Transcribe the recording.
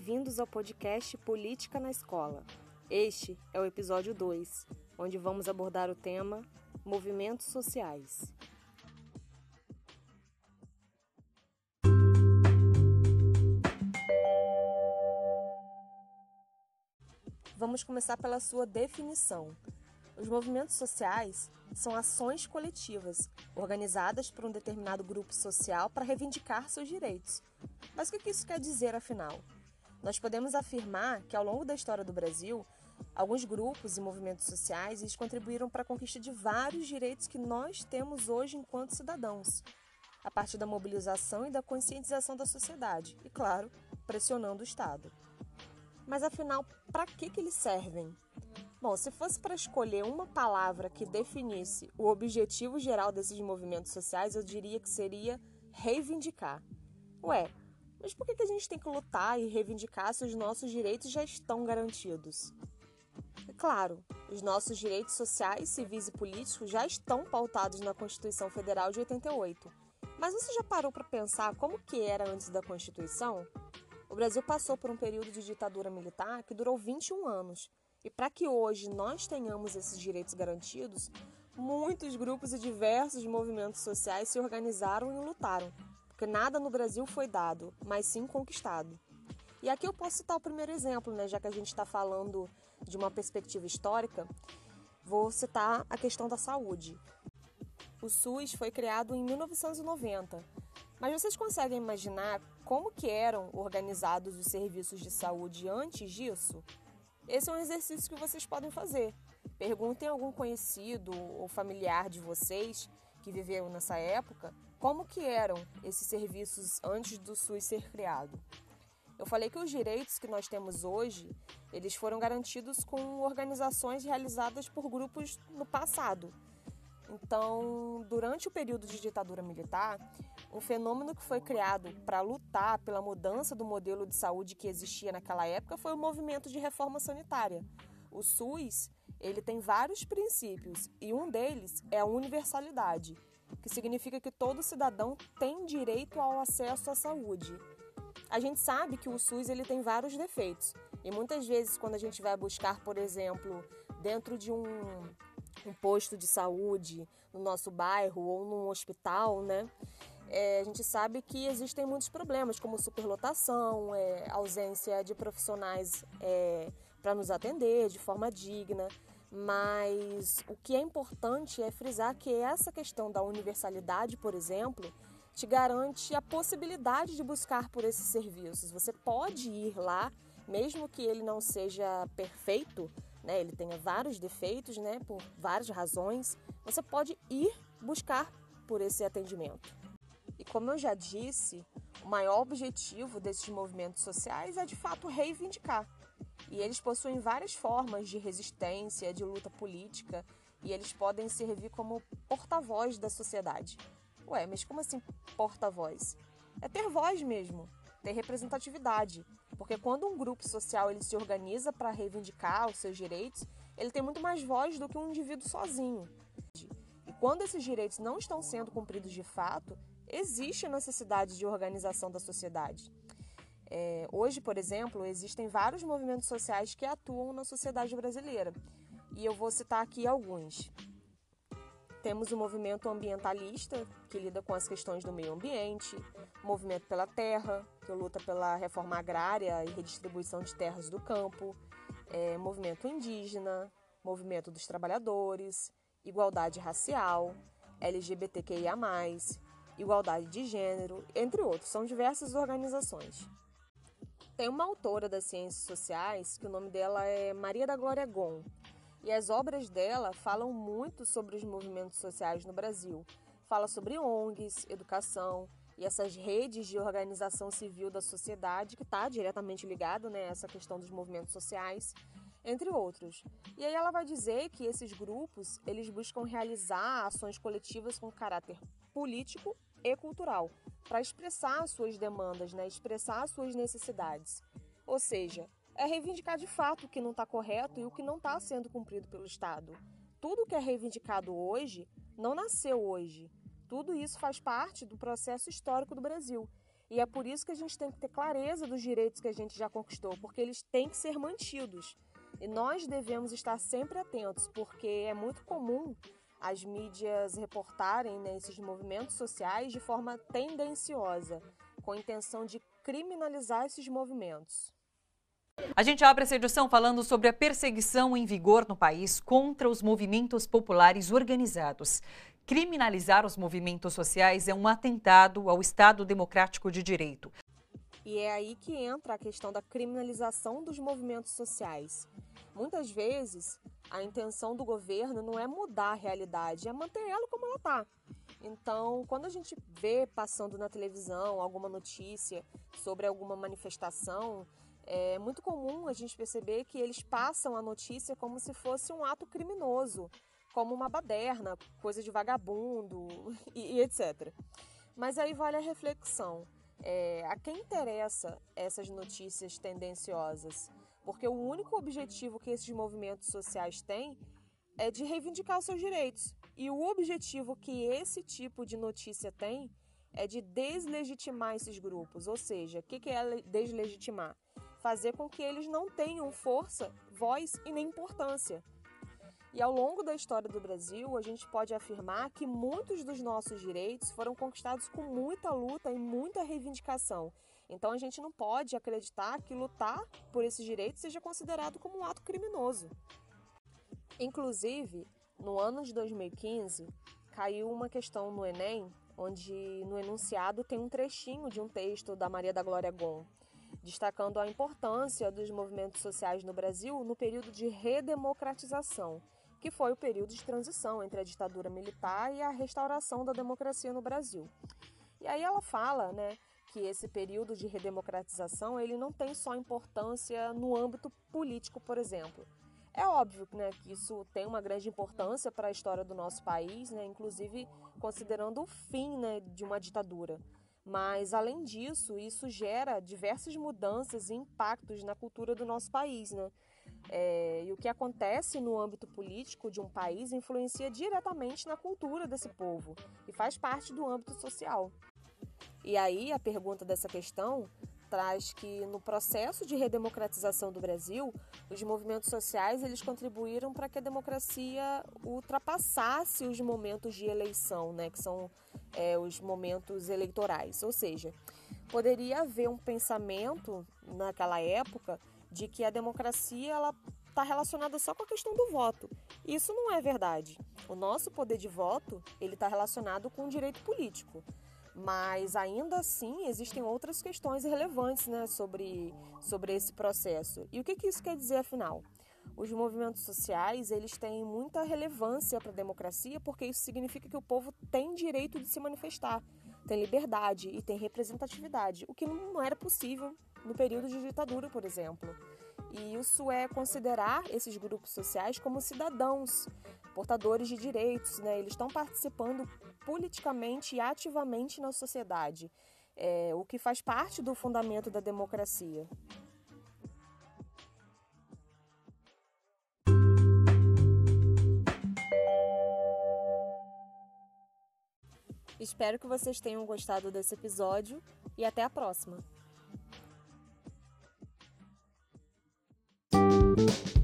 bem-vindos ao podcast Política na Escola. Este é o episódio 2, onde vamos abordar o tema Movimentos Sociais. Vamos começar pela sua definição. Os movimentos sociais são ações coletivas, organizadas por um determinado grupo social para reivindicar seus direitos. Mas o que isso quer dizer, afinal? Nós podemos afirmar que, ao longo da história do Brasil, alguns grupos e movimentos sociais eles contribuíram para a conquista de vários direitos que nós temos hoje enquanto cidadãos, a partir da mobilização e da conscientização da sociedade, e, claro, pressionando o Estado. Mas, afinal, para que eles servem? Bom, se fosse para escolher uma palavra que definisse o objetivo geral desses movimentos sociais, eu diria que seria reivindicar. Mas por que a gente tem que lutar e reivindicar se os nossos direitos já estão garantidos? É claro, os nossos direitos sociais, civis e políticos já estão pautados na Constituição Federal de 88. Mas você já parou para pensar como que era antes da Constituição? O Brasil passou por um período de ditadura militar que durou 21 anos. E para que hoje nós tenhamos esses direitos garantidos, muitos grupos e diversos movimentos sociais se organizaram e lutaram, porque nada no Brasil foi dado, mas sim conquistado. E aqui eu posso citar o primeiro exemplo, já que a gente está falando de uma perspectiva histórica, vou citar a questão da saúde. O SUS foi criado em 1990, mas vocês conseguem imaginar como que eram organizados os serviços de saúde antes disso? Esse é um exercício que vocês podem fazer. Perguntem a algum conhecido ou familiar de vocês que viveram nessa época como que eram esses serviços antes do SUS ser criado. Eu falei que os direitos que nós temos hoje, eles foram garantidos com organizações realizadas por grupos no passado. Então, durante o período de ditadura militar, um fenômeno que foi criado para lutar pela mudança do modelo de saúde que existia naquela época foi o movimento de reforma sanitária. O SUS, ele tem vários princípios e um deles é a universalidade, que significa que todo cidadão tem direito ao acesso à saúde. A gente sabe que o SUS ele tem vários defeitos e muitas vezes quando a gente vai buscar, por exemplo, dentro de um posto de saúde no nosso bairro ou num hospital, a gente sabe que existem muitos problemas, como superlotação, ausência de profissionais para nos atender de forma digna, mas o que é importante é frisar que essa questão da universalidade, por exemplo, te garante a possibilidade de buscar por esses serviços. Você pode ir lá, mesmo que ele não seja perfeito, ele tenha vários defeitos, por várias razões, você pode ir buscar por esse atendimento. E como eu já disse, o maior objetivo desses movimentos sociais é de fato reivindicar. E eles possuem várias formas de resistência, de luta política, e eles podem servir como porta-voz da sociedade. Mas como assim porta-voz? É ter voz mesmo, ter representatividade. Porque quando um grupo social ele se organiza para reivindicar os seus direitos, ele tem muito mais voz do que um indivíduo sozinho. E quando esses direitos não estão sendo cumpridos de fato, existe a necessidade de organização da sociedade. Hoje, por exemplo, existem vários movimentos sociais que atuam na sociedade brasileira. E eu vou citar aqui alguns. Temos o movimento ambientalista, que lida com as questões do meio ambiente, o movimento pela terra, que luta pela reforma agrária e redistribuição de terras do campo, movimento indígena, movimento dos trabalhadores, igualdade racial, LGBTQIA+, igualdade de gênero, entre outros. São diversas organizações. Tem uma autora das ciências sociais, que o nome dela é Maria da Glória Gon, e as obras dela falam muito sobre os movimentos sociais no Brasil. Fala sobre ONGs, educação e essas redes de organização civil da sociedade que está diretamente ligada a essa questão dos movimentos sociais, entre outros. E aí ela vai dizer que esses grupos eles buscam realizar ações coletivas com caráter político e cultural para expressar suas demandas, expressar suas necessidades. Ou seja, é reivindicar de fato o que não está correto e o que não está sendo cumprido pelo Estado. Tudo que é reivindicado hoje não nasceu hoje. Tudo isso faz parte do processo histórico do Brasil. E é por isso que a gente tem que ter clareza dos direitos que a gente já conquistou, porque eles têm que ser mantidos. E nós devemos estar sempre atentos, porque é muito comum as mídias reportarem, né, esses movimentos sociais de forma tendenciosa, com a intenção de criminalizar esses movimentos. A gente abre essa edição falando sobre a perseguição em vigor no país contra os movimentos populares organizados. Criminalizar os movimentos sociais é um atentado ao Estado Democrático de Direito. E é aí que entra a questão da criminalização dos movimentos sociais. Muitas vezes, a intenção do governo não é mudar a realidade, é manter ela como ela está. Então, quando a gente vê passando na televisão alguma notícia sobre alguma manifestação, é muito comum a gente perceber que eles passam a notícia como se fosse um ato criminoso, como uma baderna, coisa de vagabundo e etc. Mas aí vale a reflexão. A quem interessa essas notícias tendenciosas? Porque o único objetivo que esses movimentos sociais têm é de reivindicar os seus direitos. E o objetivo que esse tipo de notícia tem é de deslegitimar esses grupos. Ou seja, o que é deslegitimar? Fazer com que eles não tenham força, voz e nem importância. E ao longo da história do Brasil, a gente pode afirmar que muitos dos nossos direitos foram conquistados com muita luta e muita reivindicação. Então a gente não pode acreditar que lutar por esses direitos seja considerado como um ato criminoso. Inclusive, no ano de 2015, caiu uma questão no Enem, onde no enunciado tem um trechinho de um texto da Maria da Glória Gon, destacando a importância dos movimentos sociais no Brasil no período de redemocratização, que foi o período de transição entre a ditadura militar e a restauração da democracia no Brasil. E aí ela fala, que esse período de redemocratização ele não tem só importância no âmbito político, por exemplo. É óbvio, que isso tem uma grande importância para a história do nosso país, inclusive considerando o fim, de uma ditadura. Mas, além disso, isso gera diversas mudanças e impactos na cultura do nosso país, E o que acontece no âmbito político de um país influencia diretamente na cultura desse povo e faz parte do âmbito social. E aí, a pergunta dessa questão traz que, no processo de redemocratização do Brasil, os movimentos sociais eles contribuíram para que a democracia ultrapassasse os momentos de eleição, que são os momentos eleitorais. Ou seja, poderia haver um pensamento naquela época de que a democracia ela está relacionada só com a questão do voto. Isso não é verdade. O nosso poder de voto ele está relacionado com o direito político. Mas ainda assim existem outras questões relevantes sobre esse processo. E o que isso quer dizer afinal? Os movimentos sociais eles têm muita relevância para a democracia porque isso significa que o povo tem direito de se manifestar, tem liberdade e tem representatividade, o que não era possível no período de ditadura, por exemplo. E isso é considerar esses grupos sociais como cidadãos, portadores de direitos, Eles estão participando politicamente e ativamente na sociedade, o que faz parte do fundamento da democracia. Espero que vocês tenham gostado desse episódio e até a próxima!